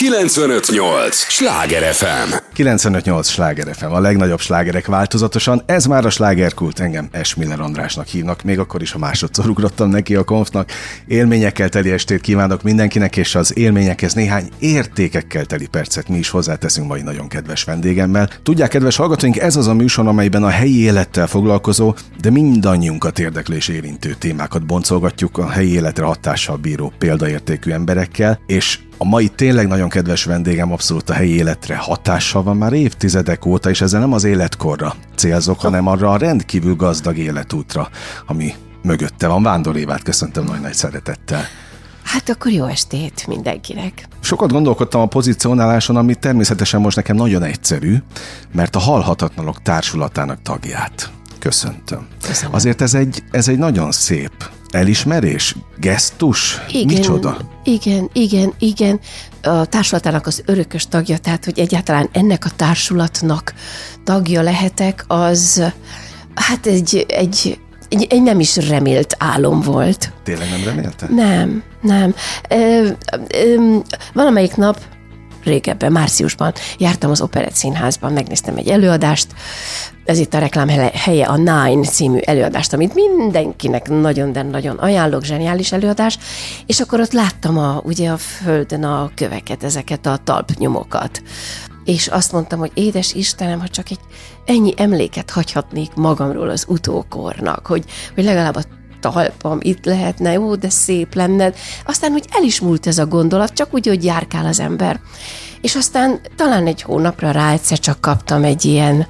95.8 Sláger FM. 95.8 Sláger FM, a legnagyobb slágerek változatosan. Ez már a slágerkult, engem S. Miller Andrásnak hívnak, még akkor is, ha másodszor ugrottam neki a konfnak. Élményekkel teli estét kívánok mindenkinek, és az élményekhez néhány értékekkel teli percet mi is hozzáteszünk mai nagyon kedves vendégemmel. Tudják, kedves hallgatóink, ez az a műsor, amelyben a helyi élettel foglalkozó, de mindannyiunkat érdeklő és érintő témákat boncolgatjuk a helyi életre hatással bíró példaértékű emberekkel, és a mai tényleg nagyon kedves vendégem abszolút a helyi életre hatással van már évtizedek óta, és ezzel nem az életkorra célzok, hanem arra a rendkívül gazdag életútra, ami mögötte van. Vándor Évát köszöntöm nagy szeretettel. Hát akkor jó estét mindenkinek. Sokat gondolkodtam a pozicionáláson, ami természetesen most nekem nagyon egyszerű, mert a Halhatatlanok Társulatának tagját köszöntöm. Köszönöm. Azért ez egy nagyon szép elismerés, gesztus, micsoda? Igen. A társulatának az örökös tagja, tehát hogy egyáltalán ennek a társulatnak tagja lehetek, az hát egy nem is remélt álom volt. Tényleg nem remélte? Nem. Valamelyik nap, régebben, márciusban jártam az Operett Színházban, megnéztem egy előadást, ez itt a reklám helye, a Nine című előadást, amit mindenkinek nagyon, de nagyon ajánlok, zseniális előadás, és akkor ott láttam ugye a földön a köveket, ezeket a talpnyomokat. És azt mondtam, hogy édes Istenem, ha csak ennyi emléket hagyhatnék magamról az utókornak, hogy legalább a talpam itt lehetne, jó, de szép lenne. Aztán úgy el is múlt ez a gondolat, csak úgy, hogy járkál az ember. És aztán talán egy hónapra rá egyszer csak kaptam egy ilyen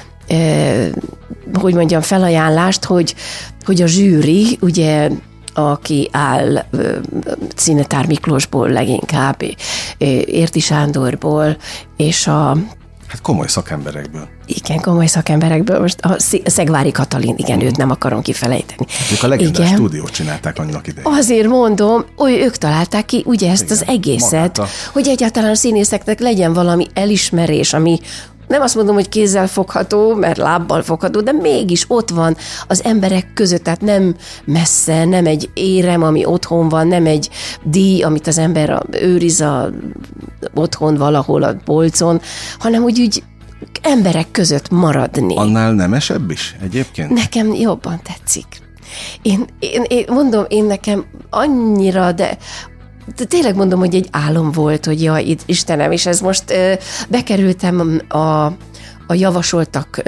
felajánlást, hogy a zsűri, ugye, aki áll Szinetár Miklósból leginkább, Érti Sándorból, és Hát komoly szakemberekből. Igen, komoly szakemberekből. Most a Szegvári Katalin, igen, őt nem akarom kifelejteni. Ők a legendás stúdiót csinálták annak idején. Azért mondom, ők találták ki ugye ezt az egészet, hogy egyáltalán a színészeknek legyen valami elismerés, ami nem azt mondom, hogy kézzel fogható, mert lábbal fogható, de mégis ott van az emberek között, tehát nem messze, nem egy érem, ami otthon van, nem egy díj, amit az ember őriz otthon valahol a polcon, hanem úgy emberek között maradni. Annál nemesebb is egyébként? Nekem jobban tetszik. Én mondom, nekem annyira, de tényleg mondom, hogy egy álom volt, hogy jaj, Istenem, és ez most bekerültem a javasoltak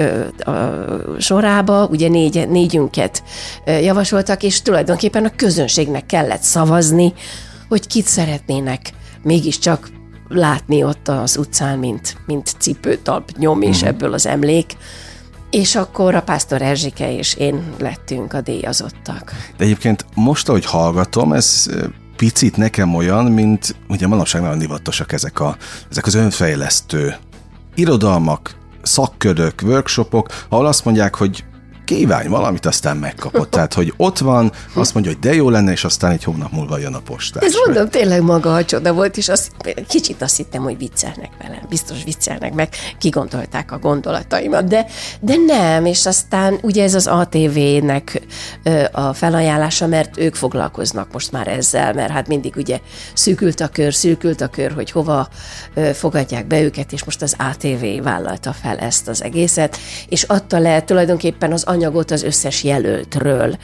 sorába, ugye négyünket javasoltak, és tulajdonképpen a közönségnek kellett szavazni, hogy kit szeretnének mégiscsak látni ott az utcán, mint cipőtalp nyom, és ebből az emlék. És akkor a Pásztor Erzsike és én lettünk a díjazottak. De egyébként most, ahogy hallgatom, ez picit nekem olyan, mint ugye manapság nagyon divatosak ezek az önfejlesztő irodalmak, szakkörök, workshopok, ahol azt mondják, hogy kívánj valamit, aztán megkapod. Tehát, hogy ott van, azt mondja, hogy de jó lenne, és aztán egy hónap múlva jön a postás. Ez mondom, tényleg maga a csoda volt, és kicsit azt hittem, hogy viccelnek velem. Biztos viccelnek meg, kigondolták a gondolataimat, de nem, és aztán ugye ez az ATV-nek a felajánlása, mert ők foglalkoznak most már ezzel, mert hát mindig ugye szűkült a kör, hogy hova fogadják be őket, és most az ATV vállalta fel ezt az egészet, és adta le tulajdonképpen az anyagot az összes jelöltről.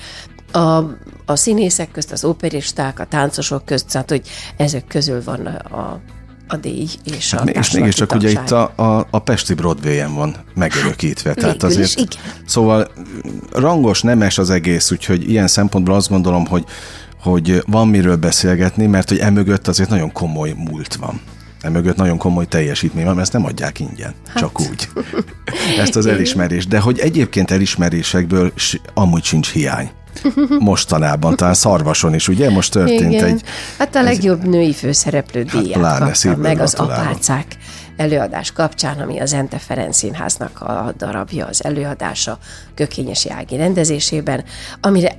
A színészek közt, az operisták, a táncosok közt, tehát hogy ezek közül van a díj és a és mégiscsak ugye itt a pesti Broadway-en van megörökítve. Tehát azért, igen. Szóval rangos, nemes az egész, úgyhogy ilyen szempontból azt gondolom, hogy van miről beszélgetni, mert hogy emögött azért nagyon komoly múlt van. Emögött nagyon komoly teljesítmény van, mert ezt nem adják ingyen, csak úgy. Ezt az elismerést. De hogy egyébként elismerésekből amúgy sincs hiány. Mostanában, talán Szarvason is, ugye? Most történt egy... Hát a legjobb női főszereplő díját kapta meg az Apácák előadás kapcsán, ami az Ente Ferenc Színháznak a darabja, az előadása Kökényesi Ági rendezésében, amire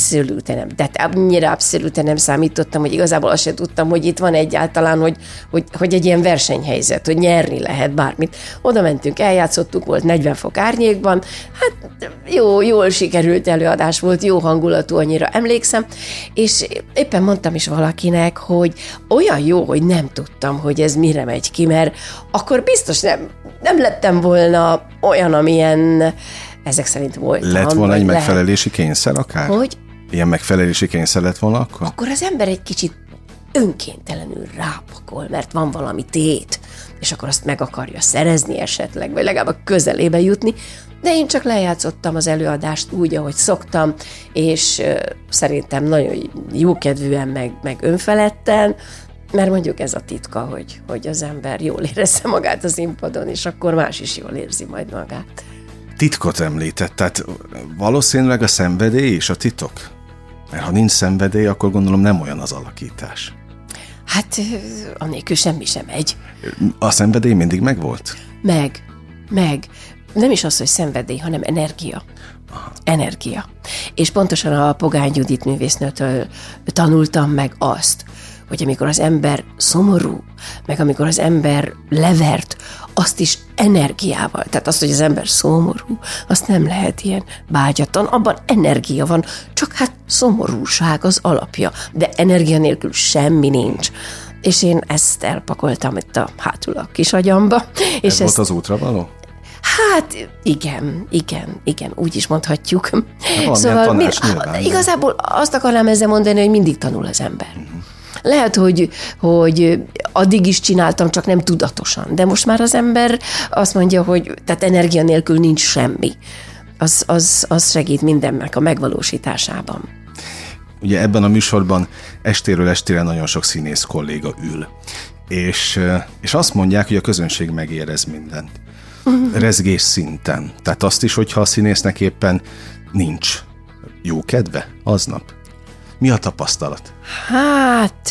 abszolút nem számítottam, hogy igazából azt sem tudtam, hogy itt van egyáltalán, hogy egy ilyen versenyhelyzet, hogy nyerni lehet bármit. Oda mentünk, eljátszottuk, volt 40 fok árnyékban, hát jól sikerült előadás volt, jó hangulatú, annyira emlékszem, és éppen mondtam is valakinek, hogy olyan jó, hogy nem tudtam, hogy ez mire megy ki, mert akkor biztos nem lettem volna olyan, amilyen ezek szerint voltam. Lett volna egy megfelelési kényszer akár? Hogy? Ilyen megfelelési kényszer lett volna akkor? Akkor az ember egy kicsit önkéntelenül rápakol, mert van valami tét, és akkor azt meg akarja szerezni esetleg, vagy legalább a közelébe jutni, de én csak lejátszottam az előadást úgy, ahogy szoktam, és szerintem nagyon jókedvűen, meg önfeledten, mert mondjuk ez a titka, hogy az ember jól érezze magát a színpadon, és akkor más is jól érzi majd magát. Titkot említett, tehát valószínűleg a szenvedély és a titok? Mert ha nincs szenvedély, akkor gondolom nem olyan az alakítás. Hát annélkül semmi sem megy. A szenvedély mindig megvolt? Meg. Nem is az, hogy szenvedély, hanem energia. Aha. Energia. És pontosan a Pogány Judit művésznőtől tanultam meg azt, hogy amikor az ember szomorú, meg amikor az ember levert, azt is energiával. Tehát azt, hogy az ember szomorú, azt nem lehet ilyen bágyatlan, abban energia van, csak hát szomorúság az alapja, de energia nélkül semmi nincs. És én ezt elpakoltam itt hátul a kis agyamba. Ez volt az útravaló? Hát igen, úgy is mondhatjuk. Szóval igazából azt akarnám ezzel mondani, hogy mindig tanul az ember. Lehet, hogy addig is csináltam, csak nem tudatosan, de most már az ember azt mondja, hogy tehát energia nélkül nincs semmi. Az segít mindennek a megvalósításában. Ugye ebben a műsorban estéről estére nagyon sok színész kolléga ül, és azt mondják, hogy a közönség megérez mindent. Rezgés szinten. Tehát azt is, hogyha a színésznek éppen nincs jó kedve aznap. Mi a tapasztalat? Hát,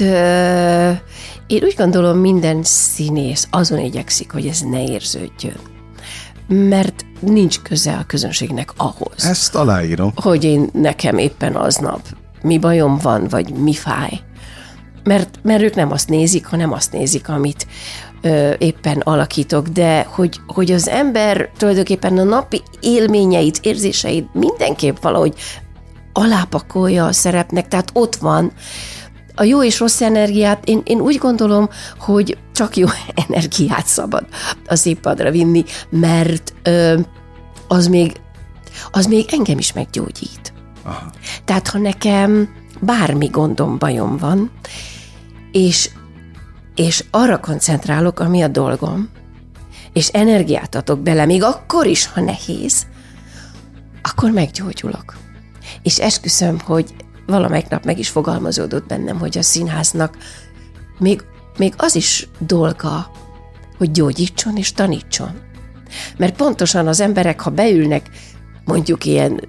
én úgy gondolom, minden színész azon igyekszik, hogy ez ne érződjön. Mert nincs köze a közönségnek ahhoz. Ezt aláírom. Hogy nekem éppen aznap mi bajom van, vagy mi fáj. Mert ők nem azt nézik, hanem azt nézik, amit éppen alakítok, de hogy az ember tulajdonképpen a napi élményeit, érzéseit mindenképp valahogy alápakolja a szerepnek, tehát ott van. A jó és rossz energiát, én úgy gondolom, hogy csak jó energiát szabad a színpadra vinni, mert az még engem is meggyógyít. Aha. Tehát ha nekem bármi gondom, bajom van, és arra koncentrálok, ami a dolgom, és energiát adok bele, még akkor is, ha nehéz, akkor meggyógyulok. És esküszöm, hogy valamelyik nap meg is fogalmazódott bennem, hogy a színháznak még az is dolga, hogy gyógyítson és tanítson. Mert pontosan az emberek, ha beülnek, mondjuk ilyen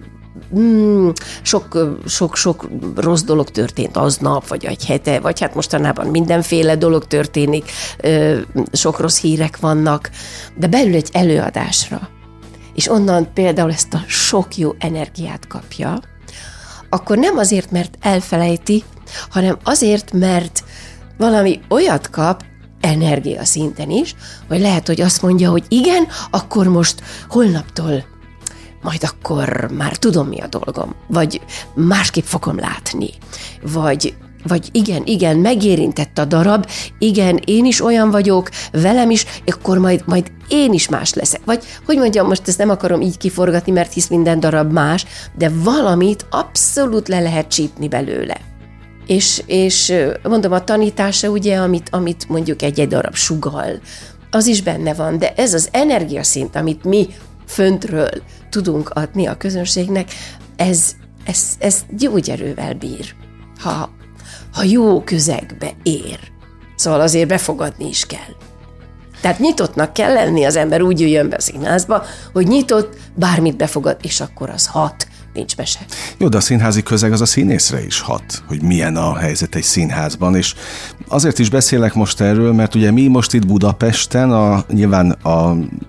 sok rossz dolog történt aznap, vagy egy hete, vagy hát mostanában mindenféle dolog történik, sok rossz hírek vannak, de beül egy előadásra, és onnan például ezt a sok jó energiát kapja, akkor nem azért, mert elfelejti, hanem azért, mert valami olyat kap, energia szinten is, vagy lehet, hogy azt mondja, hogy igen, akkor most holnaptól majd akkor már tudom, mi a dolgom, vagy másképp fogom látni, vagy igen, megérintett a darab, igen, én is olyan vagyok, velem is, akkor majd én is más leszek. Vagy, hogy mondjam, most ezt nem akarom így kiforgatni, mert hisz minden darab más, de valamit abszolút le lehet csípni belőle. És mondom, a tanítása ugye, amit mondjuk egy darab sugall, az is benne van, de ez az energiaszint, amit mi föntről tudunk adni a közönségnek, ez gyógyerővel bír, ha jó közegbe ér. Szóval azért befogadni is kell. Tehát nyitottnak kell lenni, az ember úgy jöjjön be a színházba, hogy nyitott, bármit befogad, és akkor az hat, nincs mese. Jó, de a színházi közeg az a színészre is hat, hogy milyen a helyzet egy színházban, és azért is beszélek most erről, mert ugye mi most itt Budapesten, nyilván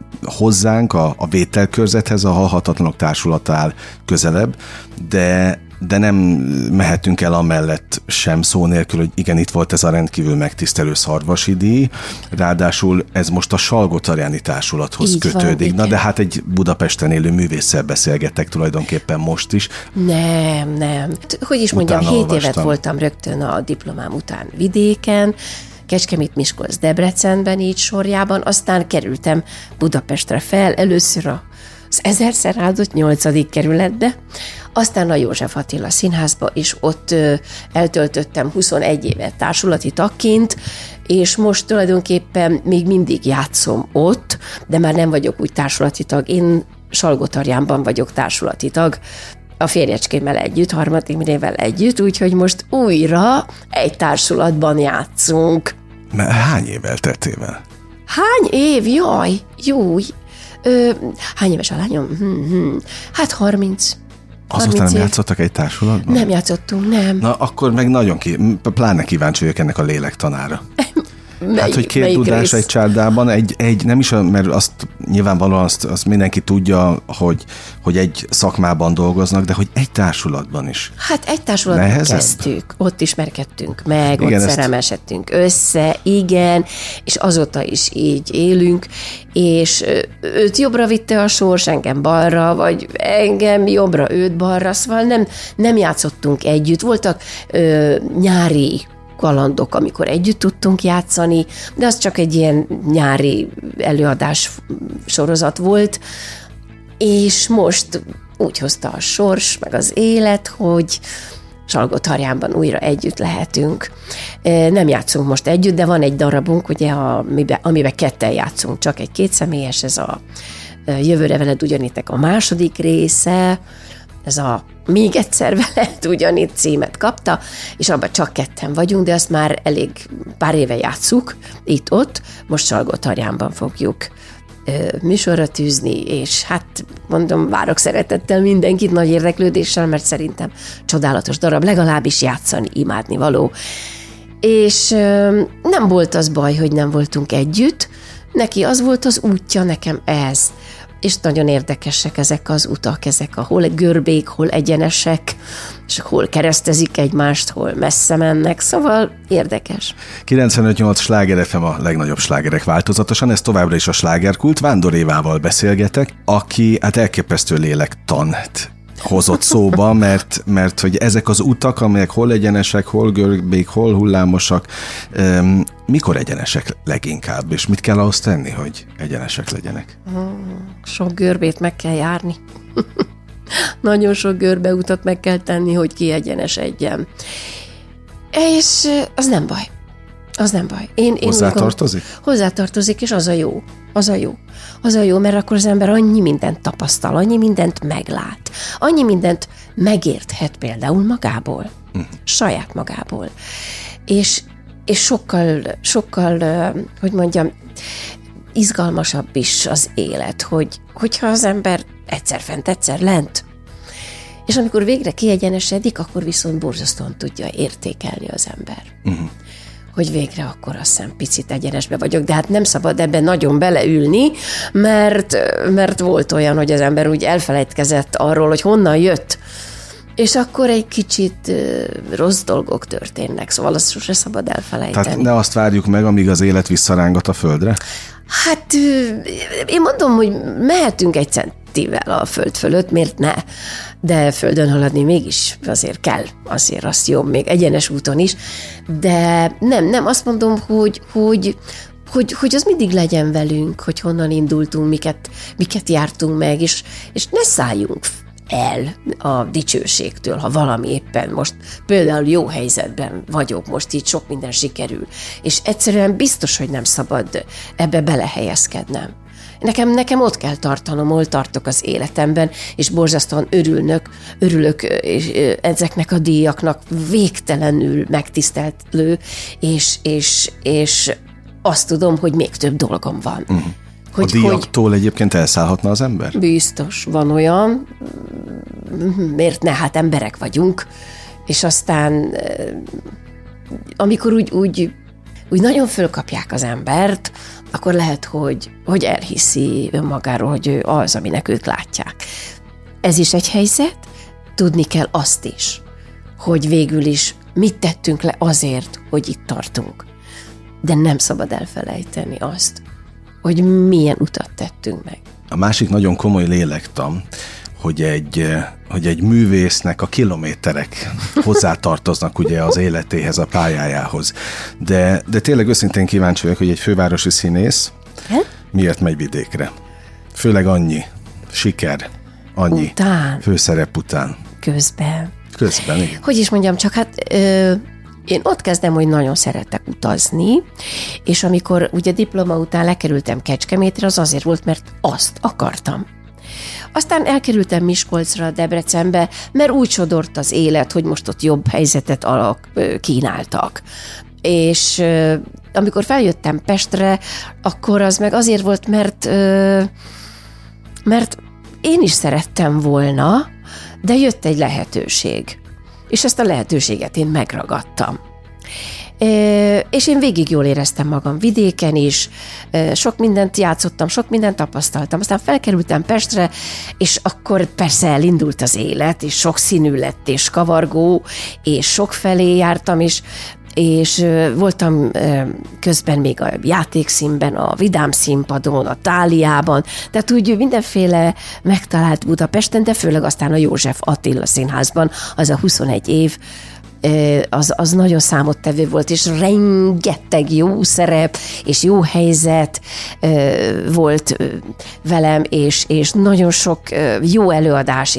hozzánk, a vételkörzethez a Halhatatlanok Társulata áll közelebb, de de nem mehetünk el amellett sem szó nélkül, hogy igen, itt volt ez a rendkívül megtisztelő Szarvasi díj, ráadásul ez most a Salgótarjáni Társulathoz így kötődik. van, Na de hát egy Budapesten élő művésszel beszélgettek tulajdonképpen most is. Nem. Hogy is mondjam, 7 olvastam. évet voltam rögtön a diplomám után vidéken, Kecskemét, Miskolc, Debrecenben így sorjában, aztán kerültem Budapestre fel, először az 1000-szer áldott 8. kerületbe, aztán a József Attila Színházba, és ott eltöltöttem 21 évet társulati tagként, és most tulajdonképpen még mindig játszom ott, de már nem vagyok úgy társulati tag. Én Salgótarjánban vagyok társulati tag, a férjecskémmel együtt, Harmadik Mirével együtt, úgyhogy most újra egy társulatban játszunk. Hány év elteltével? Hány év? Jaj, jó. Hány éves a lányom? Hát 30. Azután nem év. játszottak egy társulatban? Nem játszottunk, nem. Na, akkor meg nagyon pláne kíváncsi vagyok ennek a lélektanára. Hát, hogy két tudás egy csárdában, egy nem is, mert azt nyilvánvalóan azt mindenki tudja, hogy egy szakmában dolgoznak, de hogy egy társulatban is. Hát egy társulatban nehezebb? kezdtük, ott ismerkedtünk meg, Igen, ott szerelmesedtünk össze, igen, és azóta is így élünk, és őt jobbra vitte a sors, engem balra, vagy engem jobbra, őt balra, szóval nem játszottunk együtt. Voltak nyári kalandok, amikor együtt tudtunk játszani, de az csak egy ilyen nyári előadás sorozat volt, és most úgy hozta a sors, meg az élet, hogy Salgótarjánban újra együtt lehetünk. Nem játszunk most együtt, de van egy darabunk, ugye, amiben ketten játszunk, csak egy kétszemélyes, ez a Jövőre veled ugyanítek a második része, ez a Még egyszer veled ugyanitt címet kapta, és abban csak ketten vagyunk, de azt már elég pár éve játsszuk, itt-ott, most Salgótarjánban fogjuk műsorra tűzni, és hát mondom, várok szeretettel mindenkit nagy érdeklődéssel, mert szerintem csodálatos darab, legalábbis játszani, imádni való. És nem volt az baj, hogy nem voltunk együtt, neki az volt az útja, nekem ez. És nagyon érdekesek ezek az utak, ezek a hol görbék, hol egyenesek, és hol keresztezik egymást, hol messze mennek, szóval érdekes. 95.8 Sláger FM a legnagyobb slágerek változatosan, ez továbbra is a Slágerkult. Vándor Évával beszélgetek, aki hát elképesztő lélektant hozott szóba, mert hogy ezek az utak, amelyek hol egyenesek, hol görbék, hol hullámosak, mikor egyenesek leginkább, és mit kell ahhoz tenni, hogy egyenesek legyenek? Sok görbét meg kell járni. Nagyon sok görbeutat meg kell tenni, hogy kiegyenesedjen. És az nem baj. Az nem baj. Én hozzátartozik? Hozzátartozik, és az a jó. Az a jó. Az a jó, mert akkor az ember annyi mindent tapasztal, annyi mindent meglát, annyi mindent megérthet például magából, saját magából. És sokkal, hogy mondjam, izgalmasabb is az élet, hogyha az ember egyszer fent, egyszer lent, és amikor végre kiegyenesedik, akkor viszont borzasztóan tudja értékelni az ember. Hogy végre akkor azt hiszem picit egyenesbe vagyok, de hát nem szabad ebben nagyon beleülni, mert volt olyan, hogy az ember úgy elfelejtkezett arról, hogy honnan jött, és akkor egy kicsit rossz dolgok történnek, szóval azt sose szabad elfelejteni. Tehát ne azt várjuk meg, amíg az élet visszarángat a földre? Hát én mondom, hogy mehetünk egy centivel a föld fölött, miért ne? De földön haladni mégis azért kell, azért az jobb, még egyenes úton is, de nem, azt mondom, hogy az mindig legyen velünk, hogy honnan indultunk, miket jártunk meg, és ne szálljunk el a dicsőségtől, ha valami éppen most például jó helyzetben vagyok, most így sok minden sikerül, és egyszerűen biztos, hogy nem szabad ebbe belehelyezkednem. Nekem ott kell tartanom, hol tartok az életemben, és borzasztóan örülök ezeknek a díjaknak, végtelenül megtisztelő, és azt tudom, hogy még több dolgom van. A díjaktól egyébként elszállhatna az ember? Biztos, van olyan, miért ne, hát emberek vagyunk, és aztán amikor úgy nagyon fölkapják az embert, akkor lehet, hogy elhiszi önmagáról, hogy ő az, aminek ők látják. Ez is egy helyzet, tudni kell azt is, hogy végül is mit tettünk le azért, hogy itt tartunk. De nem szabad elfelejteni azt, hogy milyen utat tettünk meg. A másik nagyon komoly lélektan, hogy egy művésznek a kilométerek hozzátartoznak ugye az életéhez, a pályájához. De tényleg őszintén kíváncsi vagyok, hogy egy fővárosi színész miért megy vidékre? Főleg annyi siker, annyi főszerep után. Közben, igen. Hogy is mondjam, csak én ott kezdem, hogy nagyon szeretek utazni, és amikor ugye diploma után lekerültem Kecskemétre, az azért volt, mert azt akartam. Aztán elkerültem Miskolcra, Debrecenbe, mert úgy sodort az élet, hogy most ott jobb helyzetet kínáltak. És amikor feljöttem Pestre, akkor az meg azért volt, mert én is szerettem volna, de jött egy lehetőség. És ezt a lehetőséget én megragadtam. És én végig jól éreztem magam vidéken is, sok mindent játszottam, sok mindent tapasztaltam, aztán felkerültem Pestre, és akkor persze elindult az élet, és sokszínű lett, és kavargó, és sokfelé jártam is, és voltam közben még a Játékszínben, a Vidám Színpadon, a Táliában, tehát úgy mindenféle megtalált Budapesten, de főleg aztán a József Attila Színházban, az a 21 év, az nagyon számottevő volt, és rengeteg jó szerep, és jó helyzet volt velem, és nagyon sok jó előadás,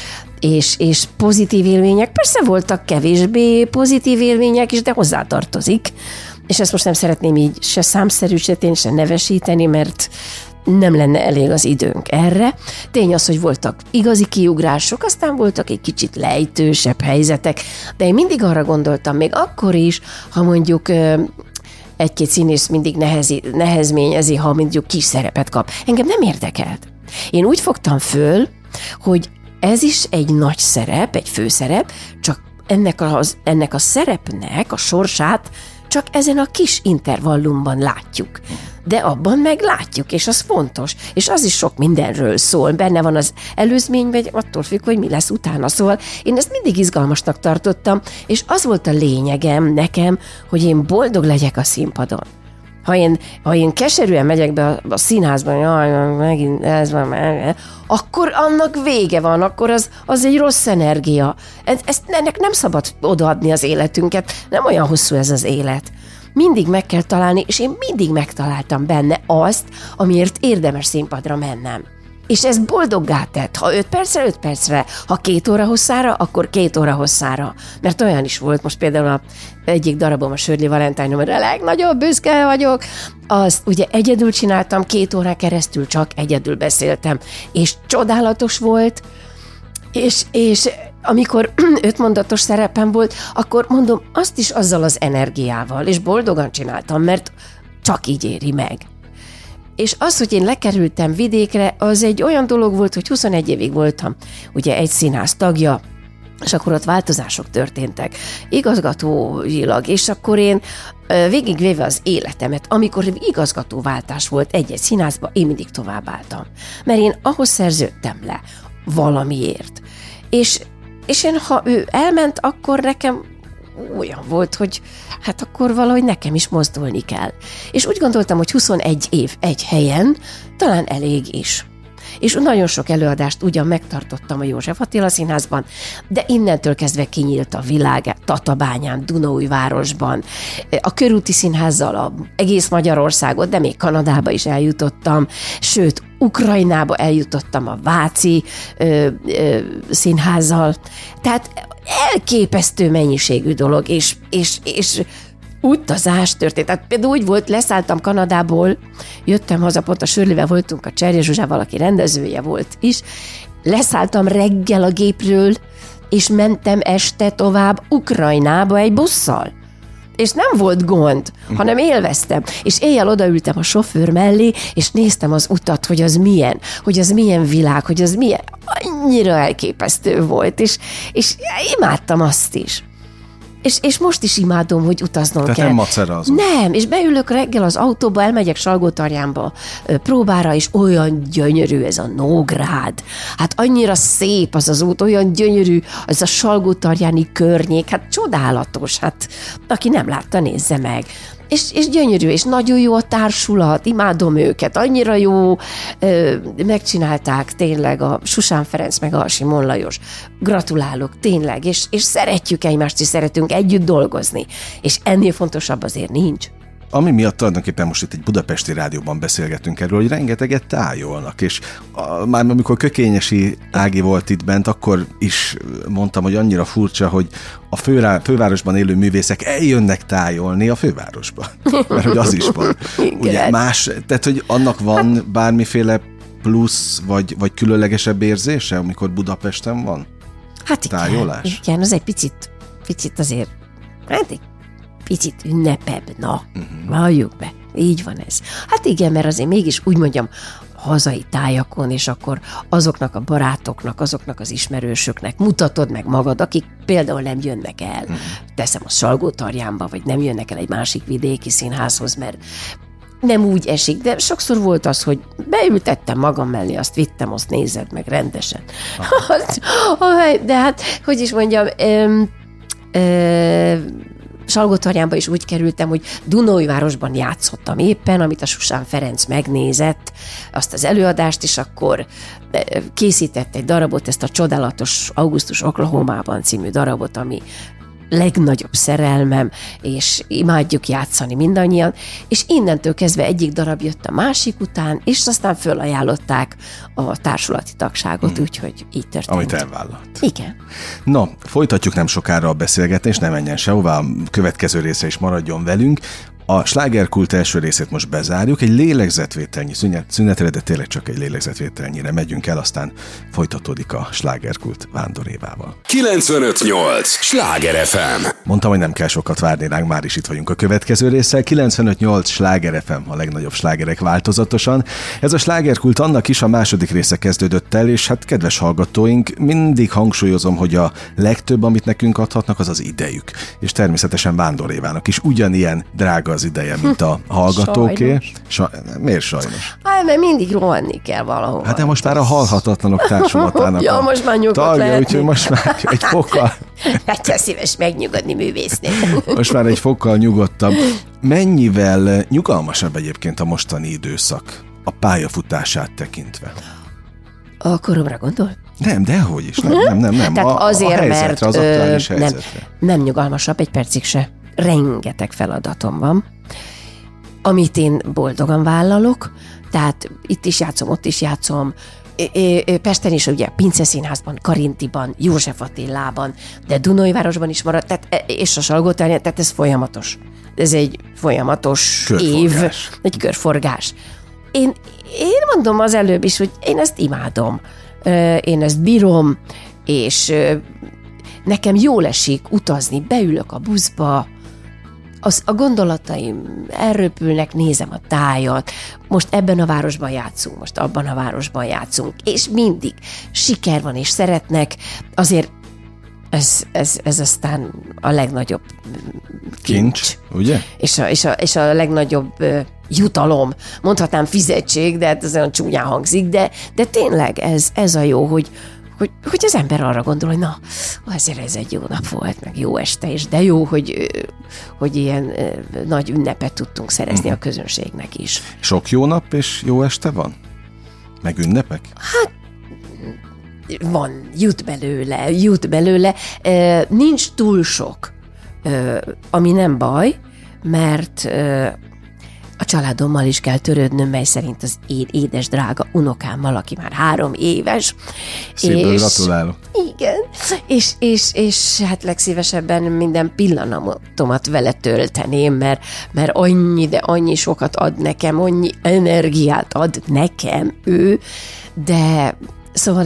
és pozitív élmények. Persze voltak kevésbé pozitív élmények is, de hozzátartozik. És ezt most nem szeretném így se számszerűsíteni, se nevesíteni, mert nem lenne elég az időnk erre. Tény az, hogy voltak igazi kiugrások, aztán voltak egy kicsit lejtősebb helyzetek, de én mindig arra gondoltam, még akkor is, ha mondjuk egy-két színész mindig nehezményezi, ha mondjuk kis szerepet kap. Engem nem érdekelt. Én úgy fogtam föl, hogy ez is egy nagy szerep, egy főszerep, csak ennek a szerepnek a sorsát csak ezen a kis intervallumban látjuk. De abban meg látjuk, és az fontos, és az is sok mindenről szól. Benne van az előzmény, vagy attól függ, hogy mi lesz utána. Szóval én ezt mindig izgalmasnak tartottam, és az volt a lényegem nekem, hogy én boldog legyek a színpadon. Ha én keserűen megyek be a színházban, jaj, megint ez van, akkor annak vége van, akkor az egy rossz energia. Ennek nem szabad odaadni az életünket, nem olyan hosszú ez az élet. Mindig meg kell találni, és én mindig megtaláltam benne azt, amiért érdemes színpadra mennem. És ez boldoggá tett, ha 5 percre, 5 percre, ha 2 óra hosszára, akkor 2 óra hosszára. Mert olyan is volt, most például egyik darabom, a Shirley Valentine, amire a legnagyobb büszke vagyok, azt ugye egyedül csináltam, 2 órán keresztül csak egyedül beszéltem, és csodálatos volt, és amikor 5 mondatos szerepem volt, akkor mondom, azt is azzal az energiával, és boldogan csináltam, mert csak így éri meg. És az, hogy én lekerültem vidékre, az egy olyan dolog volt, hogy 21 évig voltam ugye egy színház tagja, és akkor ott változások történtek igazgatóilag, és akkor én végigvéve az életemet, amikor igazgatóváltás volt egy-egy színházba, én mindig továbbálltam. Mert én ahhoz szerződtem le valamiért. És én, ha ő elment, akkor nekem olyan volt, hogy hát akkor valahogy nekem is mozdulni kell. És úgy gondoltam, hogy 21 év egy helyen talán elég is. És nagyon sok előadást ugyan megtartottam a József Attila Színházban, de innentől kezdve kinyílt a világ Tatabányán, Dunaújvárosban, a Körúti Színházzal egész Magyarországot, de még Kanadába is eljutottam, sőt, Ukrajnába eljutottam a Váci színházzal. Tehát elképesztő mennyiségű dolog, és utazás történt. Tehát például úgy volt, leszálltam Kanadából, jöttem haza, pont a Shirleyvel voltunk, a Cserje Zsuzsával, aki rendezője volt is, leszálltam reggel a gépről, és mentem este tovább Ukrajnába egy busszal. És nem volt gond, hanem élveztem. És éjjel odaültem a sofőr mellé, és néztem az utat, hogy az milyen világ, hogy az milyen, annyira elképesztő volt, és imádtam azt is. És most is imádom, hogy utaznom Tehát kell. nem macera azon. Nem, és beülök reggel az autóba, elmegyek Salgótarjánba próbára, és olyan gyönyörű ez a Nógrád. Hát annyira szép az az út, olyan gyönyörű az a Salgótarjáni környék, hát csodálatos, hát aki nem látta, nézze meg. És gyönyörű, és nagyon jó a társulat, imádom őket, annyira jó, megcsinálták tényleg a Susán Ferenc meg a Simon Lajos. Gratulálok, tényleg, és szeretjük egymást, és szeretünk együtt dolgozni. És ennél fontosabb azért nincs. Ami miatt tulajdonképpen most itt egy budapesti rádióban beszélgetünk erről, hogy rengeteget tájolnak, és már amikor Kökényesi Ági volt itt bent, akkor is mondtam, hogy annyira furcsa, hogy a fővárosban élő művészek eljönnek tájolni a fővárosba. Mert hogy az is van. Ugye más, tehát hogy annak van bármiféle plusz, vagy különlegesebb érzése, amikor Budapesten van? Hát tájolás? Igen, az egy picit azért, egy picit ünnepebb, valljuk be, így van ez. Hát igen, mert azért mégis úgy mondjam, hazai tájakon, és akkor azoknak a barátoknak, azoknak az ismerősöknek mutatod meg magad, akik például nem jönnek el, teszem a Salgótarjánba, vagy nem jönnek el egy másik vidéki színházhoz, mert nem úgy esik, de sokszor volt az, hogy beültettem magam mellé, azt vittem, azt nézed meg rendesen. De hát, hogy is mondjam, Salgótarjánba is úgy kerültem, hogy Dunaújvárosban játszottam éppen, amit a Susán Ferenc megnézett, azt az előadást, és akkor készített egy darabot, ezt a csodálatos Augusztus Oklahomában című darabot, ami legnagyobb szerelmem, és imádjuk játszani mindannyian, és innentől kezdve egyik darab jött a másik után, és aztán fölajánlották a társulati tagságot, úgyhogy így történt. Amit elvállalt. Igen. Na, folytatjuk nem sokára a beszélgetést, ne menjen sehová, a következő része is maradjon velünk. A slágerkult első részét most bezárjuk, egy lélegzetvételnyi szünetre, de tényleg csak egy lélegzetvételnyire megyünk el, aztán folytatódik a slágerkult Vándor Évával. 95.8 Sláger FM. Mondtam, hogy nem kell sokat várni ránk, már is itt vagyunk a következő résszel. 95.8 Sláger FM, a legnagyobb slágerek változatosan. Ez a slágerkult annak is a második része kezdődött el, és hát kedves hallgatóink, mindig hangsúlyozom, hogy a legtöbb, amit nekünk adhatnak, az az idejük. És természetesen Vándor Évának is ugyanilyen drága az ideje, mint a hallgatóké. Miért sajnos? Hát, mert mindig rohanni kell valahol. Hát de most már a Halhatatlanok Társulatának ja, most már nyugodt tagja, lehetni. úgyhogy most már egy fokkal... Hát szíves megnyugodni művésznél. Most már egy fokkal nyugodtabb. Mennyivel nyugalmasabb egyébként a mostani időszak a pályafutását tekintve? A koromra gondol? Nem, dehogy is. Nem. Tehát azért, a helyzetre, mert az aktuális helyzetre. Nem nyugalmasabb egy percig se. Rengeteg feladatom van, amit én boldogan vállalok, tehát itt is játszom, ott is játszom, Pesten is, ugye Pince Színházban, Karintiban, József Attilában, de Dunaújvárosban is maradt, tehát, és a Salgótarján, tehát ez folyamatos. Ez egy folyamatos év, egy körforgás. Én mondom az előbb is, hogy én ezt imádom, én ezt bírom, és nekem jól esik utazni, beülök a buszba, a gondolataim elröpülnek, nézem a tájat, most ebben a városban játszunk, most abban a városban játszunk, és mindig siker van, és szeretnek, azért ez aztán a legnagyobb kincs, ugye? És a legnagyobb jutalom, mondhatnám fizetség, de hát ez olyan csúnyán hangzik, de tényleg ez a jó, hogy az ember arra gondol, hogy na, azért ez egy jó nap volt, meg jó este, és de jó, hogy ilyen nagy ünnepet tudtunk szerezni a közönségnek is. Sok jó nap és jó este van? Meg ünnepek? Hát, van, jut belőle. Nincs túl sok, ami nem baj, mert a családommal is kell törődnöm, mely szerint az én édes drága unokámmal, aki már 3 éves. Szépen gratulálok. Igen, és hát legszívesebben minden pillanatomat vele tölteném, mert annyi sokat ad nekem, annyi energiát ad nekem ő, de Szóval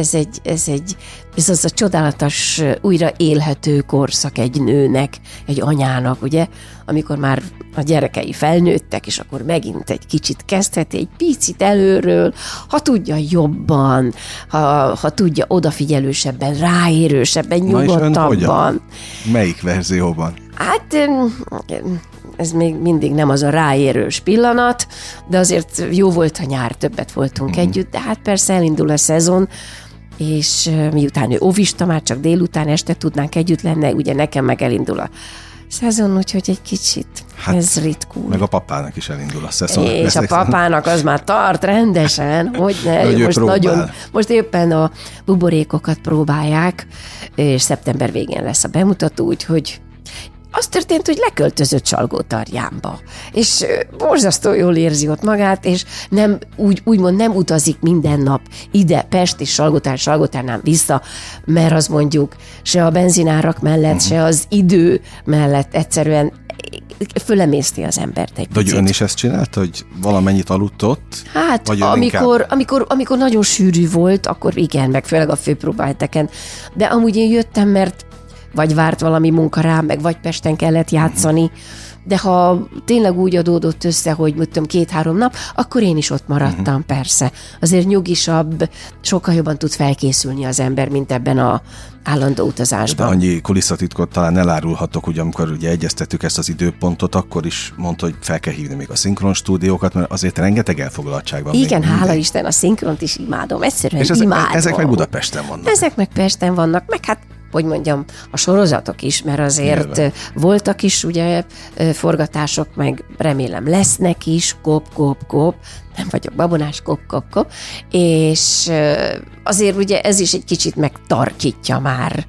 ez az a csodálatos, újra élhető korszak egy nőnek, egy anyának, ugye, amikor már a gyerekei felnőttek, és akkor megint egy kicsit kezdheti, egy picit előről, ha tudja jobban, ha tudja odafigyelősebben, ráérősebben, nyugodtabban. Melyik verzióban? Hát ez még mindig nem az a ráérős pillanat, de azért jó volt a nyár, többet voltunk együtt, de hát persze elindul a szezon, és miután ő óvista, már csak délután, este tudnánk együtt lenni, ugye nekem meg elindul a szezon, úgyhogy egy kicsit ez ritkul. Meg a papának is elindul a szezon. És a papának az már tart rendesen, hogy ne, most éppen a buborékokat próbálják, és szeptember végén lesz a bemutató, úgyhogy az történt, hogy leköltözött Salgótarjánba, és borzasztó jól érzi ott magát, és nem, úgymond nem utazik minden nap ide, Pest és Salgótarján vissza, mert az mondjuk se a benzinárak mellett, se az idő mellett egyszerűen fölemészti az embert egy picit. Vagy ön is ezt csinálta, hogy valamennyit aludt ott? Hát, amikor nagyon sűrű volt, akkor igen, meg főleg a főpróbaheteken, de amúgy én jöttem, mert vagy várt valami munka rám, meg vagy Pesten kellett játszani, de ha tényleg úgy adódott össze, hogy mondtam 2-3 nap, akkor én is ott maradtam, persze. Azért nyugisabb, sokkal jobban tud felkészülni az ember, mint ebben a állandó utazásban. De annyi kulisszatitkot talán elárulhatok, hogy amikor ugye egyeztettük ezt az időpontot, akkor is mondta, hogy fel kell hívni még a szinkron stúdiókat, mert azért rengeteg elfoglaltság van. Igen, hála Isten, a szinkront is imádom, egyszerűen imádom. Ezek meg Budapesten vannak. Ezek meg Pesten vannak, meg hát hogy mondjam, a sorozatok is, mert azért nyilván voltak is ugye forgatások, meg remélem lesznek is, kop, nem vagyok babonás, kop, és azért ugye ez is egy kicsit megtarkítja már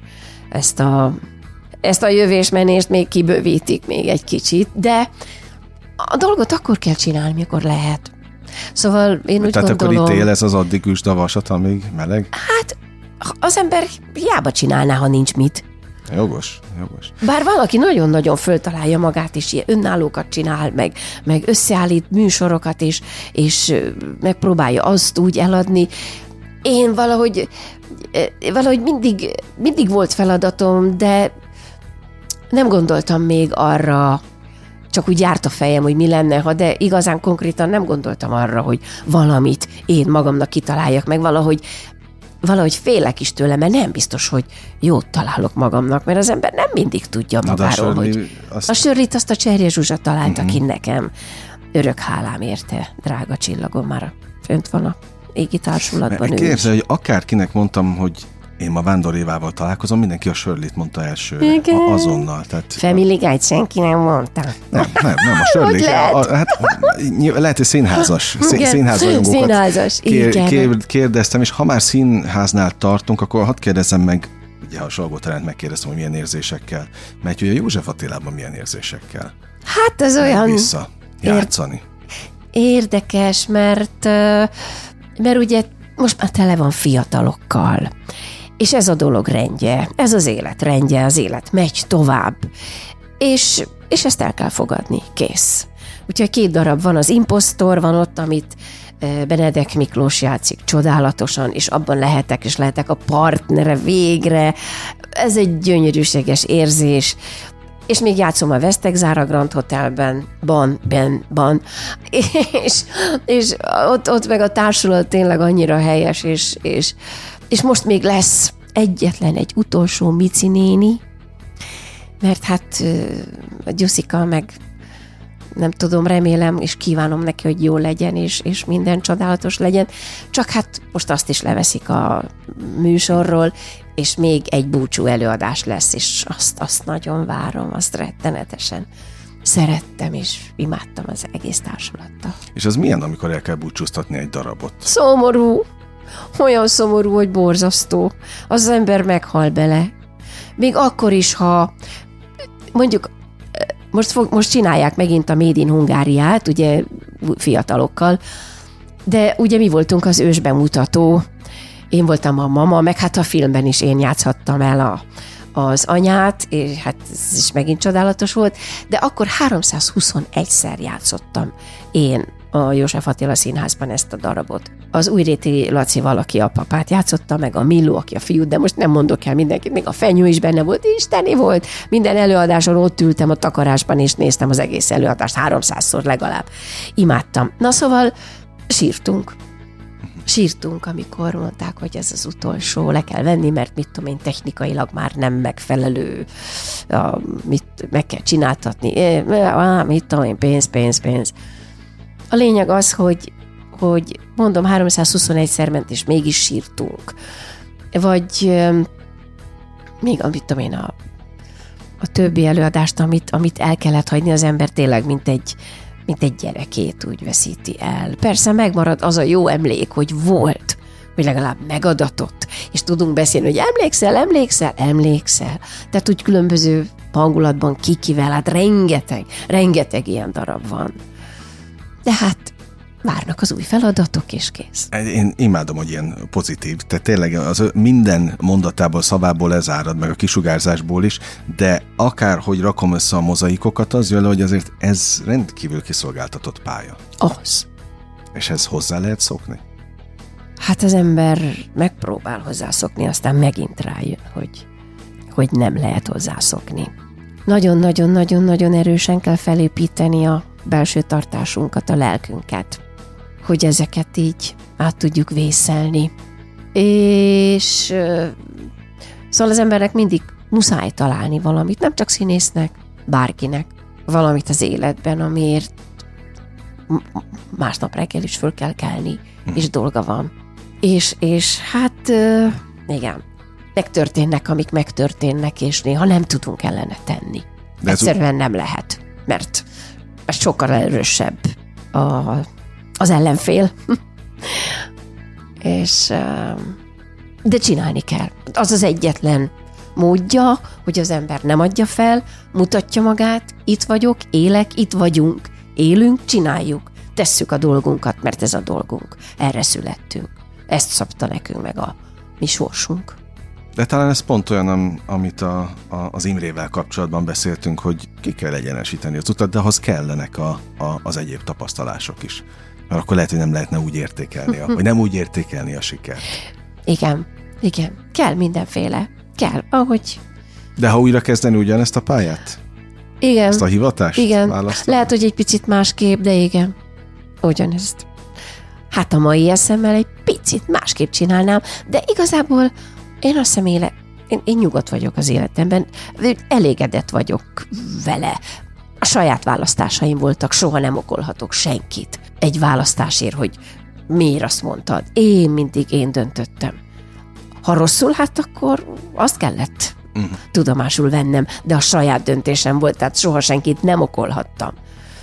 ezt a jövésmenést, még kibővítik még egy kicsit, de a dolgot akkor kell csinálni, mikor lehet. Szóval én úgy tehát gondolom... akkor itt él ez az addig üsd a vasat, amíg meleg? Hát az ember hiába csinálná, ha nincs mit. Jogos. Bár valaki nagyon-nagyon föltalálja magát, és ilyen önállókat csinál, meg összeállít műsorokat, és megpróbálja azt úgy eladni. Én valahogy mindig volt feladatom, de nem gondoltam még arra, csak úgy járt a fejem, hogy mi lenne, de igazán konkrétan nem gondoltam arra, hogy valamit én magamnak kitaláljak, meg valahogy félek is tőle, mert nem biztos, hogy jót találok magamnak, mert az ember nem mindig tudja magáról, hogy... A Shirley-t azt a Cserje Zsuzsa találta ki nekem. Örök hálám érte, drága csillagom, már fönt van a égi társulatban. Kérdez, hogy akárkinek mondtam, hogy én ma Vándor Évával találkozom, mindenki a Shirley-t mondta elsőre, azonnal. Tehát Family Guide senki nem mondta. Nem, a Shirley. Lehet, hogy színházas. Színházrajongokat kérdeztem, és ha már színháznál tartunk, akkor hadd kérdezzem meg, ugye a Salgótarjánt megkérdeztem, hogy milyen érzésekkel, mert hogy a József Attilában milyen érzésekkel. Hát ez olyan... Vissza játszani. Érdekes, mert ugye most már tele van fiatalokkal. És ez a dolog rendje, ez az élet rendje, az élet megy tovább. És ezt el kell fogadni, kész. Úgyhogy 2 darab van, az Impostor van ott, amit Benedek Miklós játszik csodálatosan, és abban lehetek a partnere végre. Ez egy gyönyörűséges érzés. És még játszom a Vesztegzára Grand Hotelben, és ott meg a társulat tényleg annyira helyes, és most még lesz egyetlen egy utolsó Mici néni, mert hát a Gyuszika meg nem tudom, remélem, és kívánom neki, hogy jó legyen, és minden csodálatos legyen, csak hát most azt is leveszik a műsorról, és még egy búcsú előadás lesz, és azt nagyon várom, azt rettenetesen szerettem, és imádtam az egész társulattal. És az milyen, amikor el kell búcsúztatni egy darabot? Szomorú. Olyan szomorú, hogy borzasztó. Az ember meghal bele. Még akkor is, ha mondjuk most csinálják megint a Made in Hungáriát, ugye fiatalokkal, de ugye mi voltunk az ősbemutató, én voltam a mama, meg hát a filmben is én játszhattam el az anyát, és hát ez is megint csodálatos volt, de akkor 321-szer játszottam én a József Attila Színházban ezt a darabot. Az Újréti Lacival, aki a papát játszotta, meg a Milló, aki a fiút, de most nem mondok el mindenkit, még a Fenyő is benne volt, isteni volt. Minden előadáson ott ültem a takarásban, és néztem az egész előadást 300-szor legalább. Imádtam. Na szóval sírtunk, amikor mondták, hogy ez az utolsó, le kell venni, mert mit tudom én, technikailag már nem megfelelő, meg kell csináltatni, mit tudom én, pénz. A lényeg az, hogy mondom, 321-szer ment, és mégis sírtunk. Vagy még, amit tudom én, a többi előadást, amit el kellett hagyni, az ember tényleg, mint egy gyerekét úgy veszíti el. Persze megmarad az a jó emlék, hogy volt, hogy legalább megadatott, és tudunk beszélni, hogy emlékszel. Tehát úgy különböző hangulatban kikivel, hát rengeteg ilyen darab van. De hát várnak az új feladatok, és kész. Én imádom, hogy ilyen pozitív, tehát tényleg az minden mondatából, szavából ez árad, meg a kisugárzásból is, de akárhogy rakom össze a mozaikokat, az jön, hogy azért ez rendkívül kiszolgáltatott pálya. Az. És ez hozzá lehet szokni? Hát az ember megpróbál hozzászokni, aztán megint rájön, hogy nem lehet hozzászokni. Nagyon-nagyon-nagyon-nagyon erősen kell felépíteni a belső tartásunkat, a lelkünket, hogy ezeket így át tudjuk vészelni. És szóval az embernek mindig muszáj találni valamit, nem csak színésznek, bárkinek, valamit az életben, amiért másnap reggel is föl kell kelni, és dolga van. És hát igen, megtörténnek, amik megtörténnek, és néha nem tudunk ellene tenni. De egyszerűen nem lehet, mert sokkal erősebb az ellenfél. De csinálni kell. Az az egyetlen módja, hogy az ember nem adja fel, mutatja magát, itt vagyok, élek, itt vagyunk, élünk, csináljuk, tesszük a dolgunkat, mert ez a dolgunk. Erre születtünk. Ezt szabta nekünk meg a mi sorsunk. De talán ez pont olyan, amit az Imrével kapcsolatban beszéltünk, hogy ki kell egyenesíteni az utat, de ahhoz kellenek az egyéb tapasztalások is. Mert akkor lehet, hogy nem lehetne úgy értékelni, vagy nem úgy értékelni a sikert. Igen. Kell mindenféle. Kell, ahogy... De ha újra kezdeni ugyanezt a pályát? Igen. Ezt a hivatást? Igen. Választani? Lehet, hogy egy picit másképp, de igen. Ugyanezt. Hát a mai eszemmel egy picit másképp csinálnám, de igazából én azt hiszem én nyugodt vagyok az életemben, elégedett vagyok vele. A saját választásaim voltak, soha nem okolhatok senkit egy választásért, hogy miért azt mondtad. Én mindig döntöttem. Ha rosszul, hát akkor azt kellett tudomásul vennem, de a saját döntésem volt, tehát soha senkit nem okolhattam.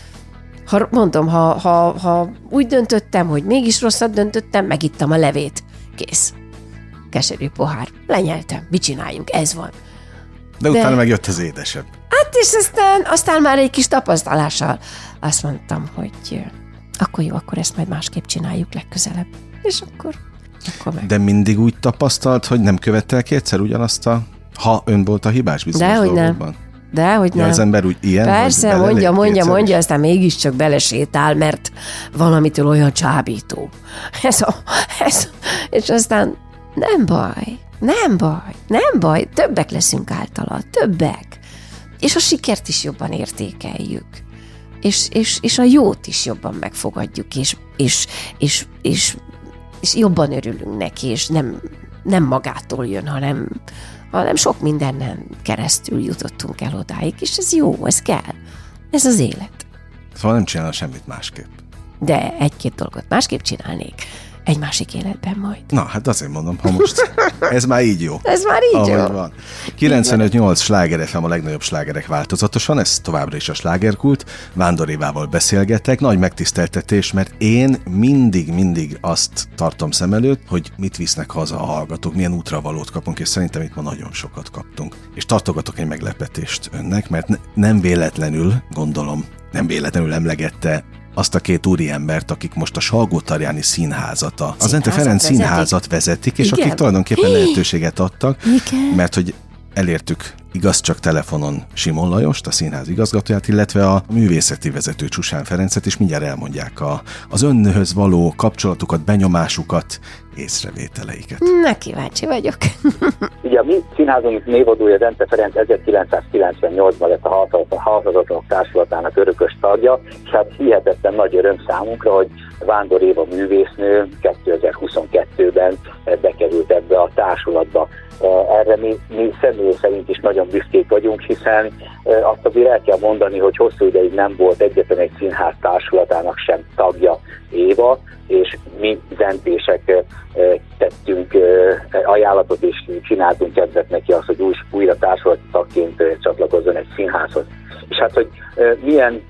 Ha úgy döntöttem, hogy mégis rosszat döntöttem, megittam a levét. Kész. Keserű pohár. Lenyeltem. Mit csináljunk? Ez van. De utána megjött az édesebb. Hát és aztán már egy kis tapasztalással azt mondtam, hogy akkor jó, akkor ezt majd másképp csináljuk legközelebb. És akkor meg. De mindig úgy tapasztalt, hogy nem követte el kétszer ugyanazt ha ön volt a hibás bizonyos dolgokban? Dehogy nem. Az ember úgy ilyen? Persze, mondja, aztán mégiscsak belesétál, mert valamitől olyan csábító. És aztán nem baj, többek leszünk általa, többek. És a sikert is jobban értékeljük. És a jót is jobban megfogadjuk, és jobban örülünk neki, és nem magától jön, hanem sok mindennen keresztül jutottunk el odáig, és ez jó, ez kell. Ez az élet. Szóval nem csinálna semmit másképp. De egy-két dolgot másképp csinálnék. Egy másik életben majd. Na, hát azért mondom, ha most ez már így jó. Ez már így jó. Van. 95.8 Sláger FM, a legnagyobb slágerek változatosan, ez továbbra is a Slágerkult. Vándor Évával beszélgetek, nagy megtiszteltetés, mert én mindig azt tartom szem előtt, hogy mit visznek haza a hallgatók, milyen útravalót kapunk, és szerintem itt ma nagyon sokat kaptunk. És tartogatok egy meglepetést önnek, mert nem véletlenül, gondolom, emlegette azt a két úriembert, akik most a Salgótarjáni Színházat, az Ente Ferenc Színházat vezetik, és igen, akik tulajdonképpen lehetőséget adtak, igen, mert hogy elértük igaz csak telefonon Simon Lajost, a színház igazgatóját, illetve a művészeti vezető Csusán Ferencet, és mindjárt elmondják az önhöz való kapcsolatukat, benyomásukat, észrevételeiket. Na, kíváncsi vagyok. Ugye a mi színházunk névadója Zente Ferenc 1998-ban lett a Halhatatlanok Társulatának örökös tagja, és hát hihetetlen nagy öröm számunkra, hogy Vándor Éva művésznő 2022-ben bekerült ebbe a társulatba. Erre mi személy szerint is nagyon büszkék vagyunk, hiszen azt azért el kell mondani, hogy hosszú ideig nem volt egyetlen egy színház társulatának sem tagja Éva, és mi zentések tettünk ajánlatot, és csináltunk kedvet neki azt, hogy újra társulati tagként csatlakozzon egy színházhoz. És hát, hogy milyen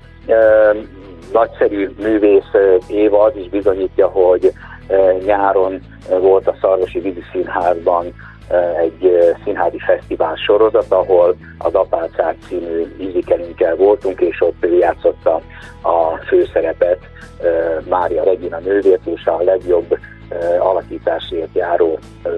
nagyszerű művész Éva, az is bizonyítja, hogy nyáron volt a Szarvasi Vízi Színházban egy színházi fesztivál sorozat, ahol az Apácák című musicalünkkel voltunk, és ott ő játszotta a főszerepet, Mária Regina nővért, és a legjobb alakításért járó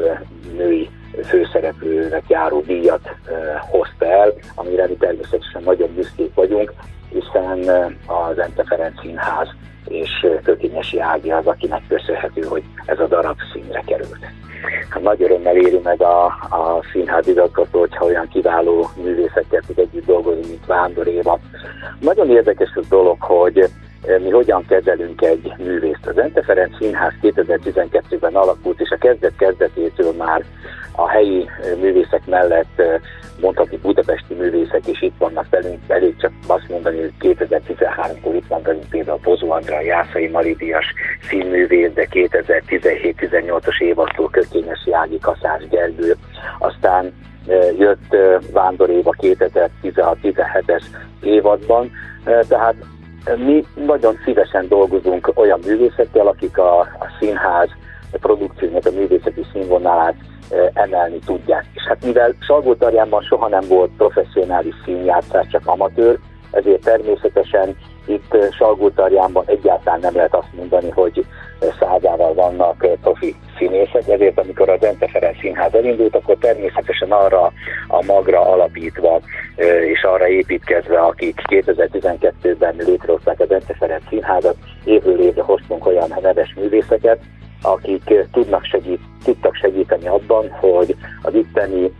női főszereplőnek járó díjat hozta el, amire mi természetesen nagyon büszkék vagyunk, hiszen az Zente Ferenc Színház és Kökényesi Ági az, akinek köszönhető, hogy ez a darab színre került. Nagy örömmel éri meg a színház igazgató, hogyha olyan kiváló művészekkel tud együtt dolgozni, mint Vándor Éva. Nagyon érdekes dolog, hogy mi hogyan kezelünk egy művészt. Az Zente Ferenc Színház 2012-ben alakult, és a kezdet-kezdetétől már a helyi művészek mellett mondhatni budapesti művészek is itt vannak velünk. Elég csak azt mondani, hogy 2013-kor itt van velünk például Bozó András, Jászai Mari díjas színművész, de 2017-18-as évadtól Kökényesi Ági, Kaszás Gergő. Aztán jött Vándor Éva 2016-17-es évadban, tehát mi nagyon szívesen dolgozunk olyan művészekkel, akik a színház produkciónak a művészeti színvonalát emelni tudják. És hát mivel Salgótarjánban soha nem volt professzionális színjátszás, csak amatőr, ezért természetesen itt Salgótarjánban egyáltalán nem lehet azt mondani, hogy százával vannak profi színészek, ezért amikor a Zente Ferenc Színház elindult, akkor természetesen arra a magra alapítva és arra építkezve, akik 2012-ben létrehozták a Zente Ferenc Színházat, évről évre hoztunk olyan neves művészeket, akik tudtak segíteni abban, hogy az itteni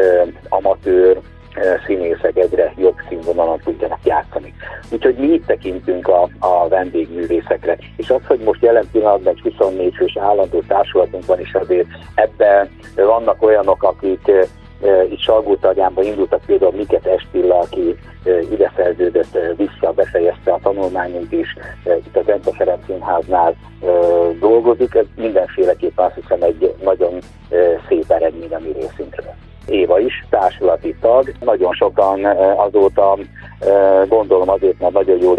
amatőr színészek egyre jobb színvonalon tudjanak játszani. Úgyhogy mi itt tekintünk a vendégművészekre. És az, hogy most jelen pillanatban egy 24 fős állandó társulatunk van, és azért ebben vannak olyanok, akik itt Salgótarjánban indultak, például Miket Estilla, aki ide szerződött, befejezte a tanulmányait is, itt a Zente Ferenc Színháznál dolgozik. Ez mindenféleképp azt hiszem egy nagyon szép eredmény a mi részünkről. Éva is társulati tag, nagyon sokan azóta gondolom azért, mert nagyon jól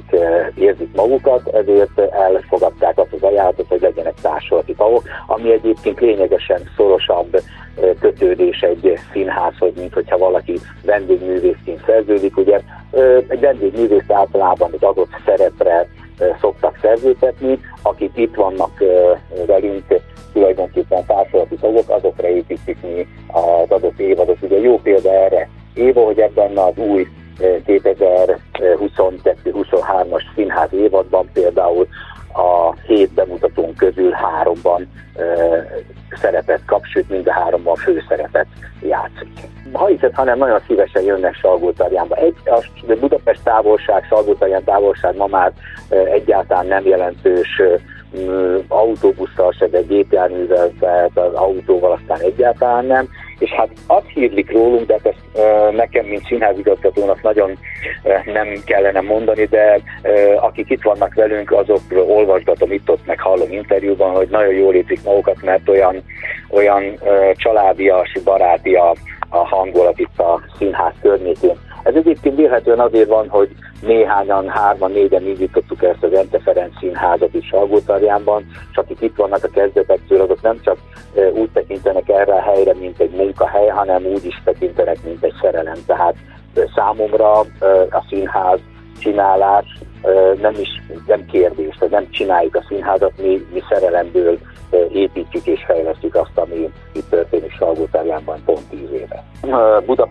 érzik magukat, ezért elfogadták azt az ajánlatot, hogy legyenek társulati tagok, ami egyébként lényegesen szorosabb kötődés egy színházhoz, mint hogyha valaki vendégművészként szerződik. Ugye egy vendégművész általában egy adott szerepre szoktak szerződtetni, akik itt vannak velünk, tulajdonképpen társulati tagok, azokra építik mi az adott évadot. Ugye jó példa erre Éva, hogy ebben az új 2022-23-as színház évadban például a 7 bemutatónk közül 3-ban szerepet kap, sőt mind a 3-ban főszerepet játszik. Ha hiszed, hanem nagyon szívesen jönnek Salgótarjánba. A Budapest távolság, Salgótarján távolság ma már egyáltalán nem jelentős, autóbusszal se, de gépjárművel, tehát az autóval aztán egyáltalán nem. És hát azt hírlik rólunk, de ezt nekem, mint színházigazgatónak nagyon nem kellene mondani, de akik itt vannak velünk, azokról olvasgatom itt-ott, meg hallom interjúban, hogy nagyon jól érzik magukat, mert olyan családias, baráti a hangulat itt a színház környékén. Ez egyébként vélhetően azért van, hogy néhányan, 3-4-en indítottuk ezt a Zente Ferenc Színházat is Salgótarjánban, és akik itt vannak a kezdetektől, azok nem csak úgy tekintenek erre a helyre, mint egy munkahely, hanem úgy is tekintenek, mint egy szerelem. Tehát számomra a színház csinálás nem kérdés, tehát nem csináljuk a színházat, mi szerelemből építjük és fejlesztjük azt, ami itt történik Salgótarjánban pont 10 éve. Budapest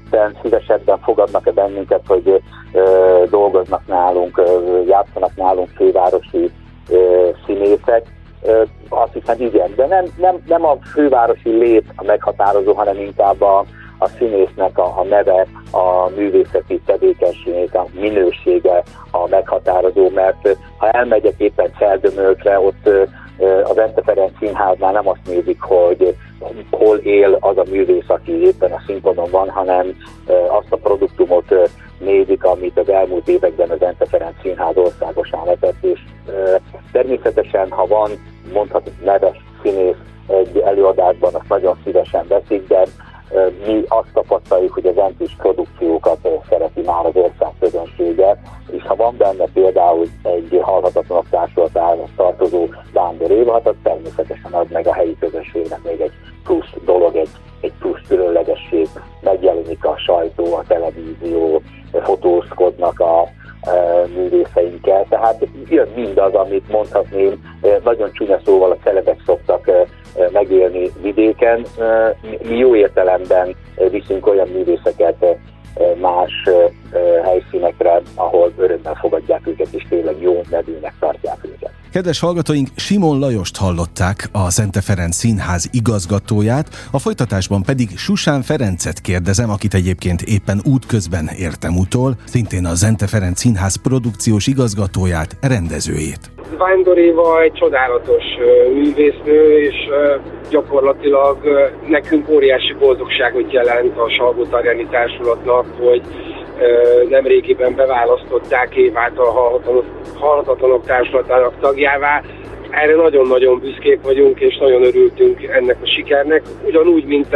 szépen, szívesebben fogadnak-e bennünket, hogy dolgoznak nálunk, játszanak nálunk fővárosi színészek. Azt hiszem igen, de nem a fővárosi lét a meghatározó, hanem inkább a színésznek a neve, a művészeti tevékenységnek a minősége a meghatározó, mert ha elmegyek éppen Celldömöltre, ott az Ente Ferenc Színháznál nem azt nézik, hogy hol él az a művész, aki éppen a színpadon van, hanem azt a produktumot nézik, amit az elmúlt években az Ente Ferenc Színház országosan vetett, és természetesen, ha van, mondhatjuk neves színész egy előadásban, azt nagyon szívesen veszik, de mi azt tapasztaljuk, hogy az entis produkciókat szereti már az ország közönsége, és ha van benne például egy Halhatatlanok Társulatához tartozó Vándor Éva, hát az természetesen ad meg a helyi közönségnek még egy plusz dolog, egy plusz különlegesség, megjelenik a sajtó, a televízió, fotózkodnak a művészeinkkel, tehát jön mindaz, amit mondhatném, nagyon csúnya szóval a celebek szoktak megélni vidéken. Mi jó értelemben viszünk olyan művészeket más helyszínekre, ahol örömmel fogadják őket, és tényleg jó nevűnek tartják őket. Kedves hallgatóink, Simon Lajost hallották, a Ente Ferenc Színház igazgatóját, a folytatásban pedig Susán Ferencet kérdezem, akit egyébként éppen útközben értem utol, szintén a Ente Ferenc Színház produkciós igazgatóját, rendezőjét. Vándor Éva egy csodálatos művésznő, és gyakorlatilag nekünk óriási boldogságot jelent a Salgótarjáni Társulatnak, hogy nemrégiben beválasztották Évát a Halhatatlanok Társulatának tagjává. Erre nagyon-nagyon büszkék vagyunk, és nagyon örültünk ennek a sikernek. Ugyanúgy, mint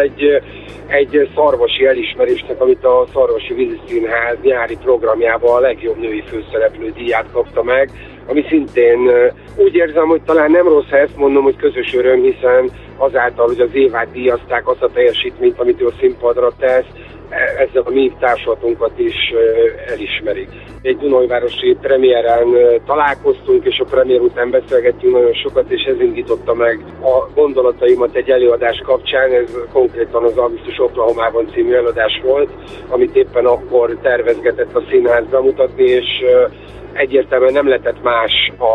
egy szarvasi elismerésnek, amit a Szarvasi Víziszínház nyári programjában a legjobb női főszereplő díját kapta meg, ami szintén úgy érzem, hogy talán nem rossz, ha ezt mondom, hogy közös öröm, hiszen azáltal, hogy az Évát díjazták, azt a teljesítményt, amit ő a színpadra tesz, ezzel a mi társulatunkat is elismerik. Egy dunajvárosi premiéren találkoztunk, és a premiér után beszélgettünk nagyon sokat, és ez indította meg a gondolataimat egy előadás kapcsán. Ez konkrétan az Augusztus Oklahomában című előadás volt, amit éppen akkor tervezgetett a színház bemutatni, és egyértelműen nem lehetett más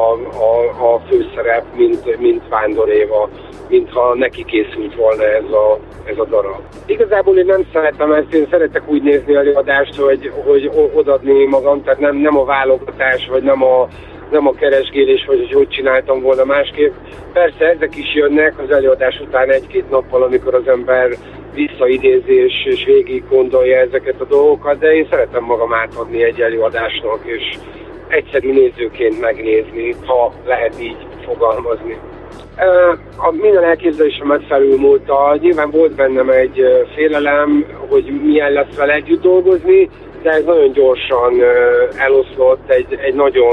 a főszerep, mint Vándor Éva, mintha neki készült volna ez a darab. Igazából én nem szeretem ezt, én szeretek úgy nézni előadást, hogy odaadni magam, tehát nem a válogatás, vagy nem a keresgélés, vagy hogy csináltam volna másképp. Persze ezek is jönnek az előadás után egy-két nappal, amikor az ember visszaidézi és végig gondolja ezeket a dolgokat, de én szeretem magam átadni egy előadásnak, és egyszerű nézőként megnézni, ha lehet így fogalmazni. Minden elképzelésemet felülmúlta. Nyilván volt bennem egy félelem, hogy milyen lesz vele együtt dolgozni, de ez nagyon gyorsan eloszlott, egy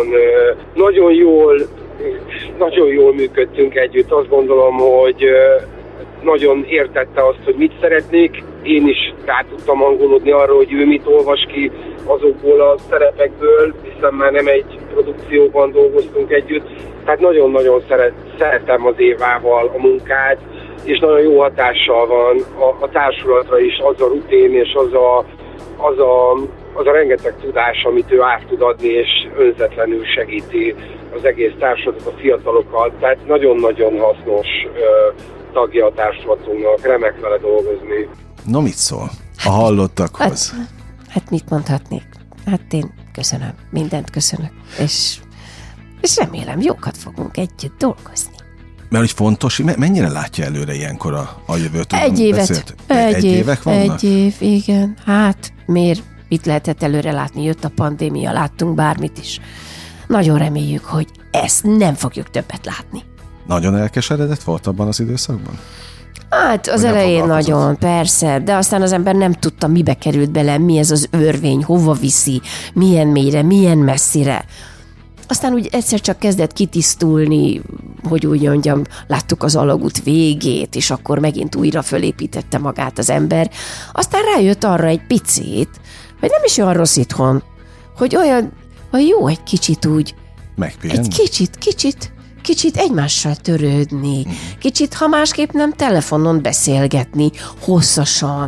nagyon jól működtünk együtt. Azt gondolom, hogy nagyon értette azt, hogy mit szeretnék. Én is rá tudtam hangolódni arra, hogy ő mit olvas ki azokból a szerepekből, hiszen már nem egy produkcióban dolgoztunk együtt. Tehát nagyon-nagyon szeretem az Évával a munkát, és nagyon jó hatással van a társulatra is az a rutin, és az a rengeteg tudás, amit ő át tud adni, és önzetlenül segíti az egész társulatot, a fiatalokat. Tehát nagyon-nagyon hasznos tagja a társulatunknak, remek vele dolgozni. No, mit szól a hallottakhoz? Hát mit mondhatnék? Hát én köszönöm, mindent köszönök, és remélem jókat fogunk együtt dolgozni. Mert hogy fontos, mennyire látja előre ilyenkor a jövőt? Egy évet. Egy évek vannak? Egy év, igen. Hát miért? Mit lehetett előre látni? Jött a pandémia, láttunk bármit is. Nagyon reméljük, hogy ezt nem fogjuk többet látni. Nagyon elkeseredett volt abban az időszakban? Hát az elején nagyon, persze, de aztán az ember nem tudta, mibe került bele, mi ez az örvény, hova viszi, milyen mélyre, milyen messzire. Aztán úgy egyszer csak kezdett kitisztulni, hogy úgy mondjam, láttuk az alagút végét, és akkor megint újra fölépítette magát az ember. Aztán rájött arra egy picit, hogy nem is olyan rossz itthon, hogy olyan jó egy kicsit úgy, megpihenni. Egy kicsit egymással törődni, kicsit, ha másképp nem telefonon beszélgetni, hosszasan,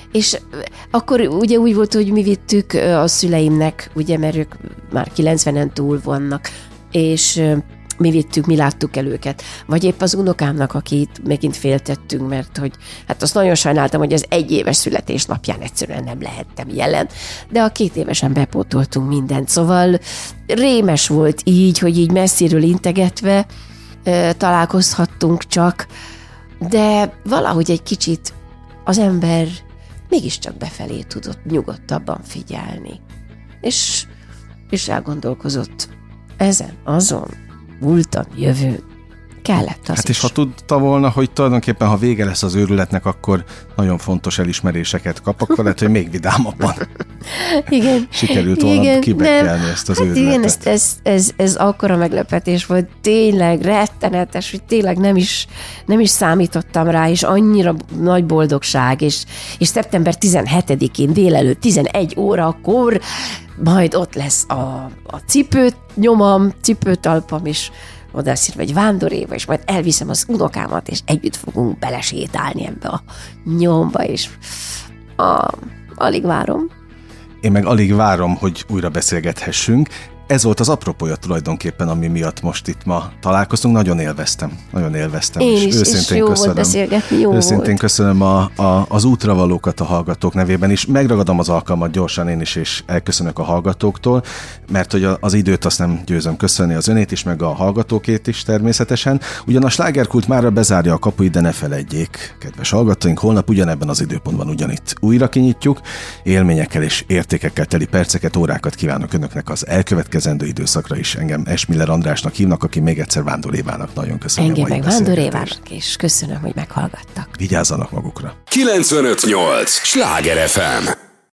És akkor ugye úgy volt, hogy mi vittük a szüleimnek, ugye, mert ők már 90-en túl vannak, és mi vittük, mi láttuk el őket. Vagy épp az unokámnak, akit megint féltettünk, mert hogy hát azt nagyon sajnáltam, hogy az 1 éves születésnapján egyszerűen nem lehettem jelen, de a 2 évesen bepótoltunk mindent. Szóval rémes volt így, hogy így messziről integetve találkozhattunk csak, de valahogy egy kicsit az ember mégiscsak befelé tudott nyugodtabban figyelni. És elgondolkozott ezen, azon, múltan, jövőn. Kellett az Hát is. és ha tudta volna, hogy tulajdonképpen, ha vége lesz az őrületnek, akkor nagyon fontos elismeréseket kap, akkor lehet, hogy még vidámabban Igen. sikerült volna kibekelni ezt az őrületet. Igen, ez akkora meglepetés volt, tényleg rettenetes, hogy tényleg nem is számítottam rá, és annyira nagy boldogság, és szeptember 17-én délelőtt 11 órakor majd ott lesz a cipőnyomam, cipőtalpam, és odaszírva egy Vándoréva, és majd elviszem az unokámat, és együtt fogunk belesétálni ebbe a nyomba, és alig várom. Én meg alig várom, hogy újra beszélgethessünk. Ez volt az apropója tulajdonképpen, ami miatt most itt ma találkoztunk. Nagyon élveztem. Én és is, őszintén és jó köszönöm. volt beszélgetni, jó Őszintén volt. köszönöm az útravalókat a hallgatók nevében is. Megragadom az alkalmat gyorsan én is, és elköszönök a hallgatóktól, mert hogy az időt azt nem győzöm köszönni, az önét is, meg a hallgatókét is természetesen. Ugyan a Slágerkult mára bezárja a kapuit, de ne feledjék, kedves hallgatóink, holnap ugyanebben az időpontban ugyanitt újra kinyitjuk. Élményekkel és értékekkel teli perceket, órákat kívánok önöknek az elkövetkezendő időszakra is. Engem Esmiller Andrásnak hívnak, aki még egyszer Vándor Évának nagyon köszönöm. Engem meg Vándor Évának, és köszönöm, hogy meghallgattak. Vigyázzanak magukra. 95.8 Sláger FM.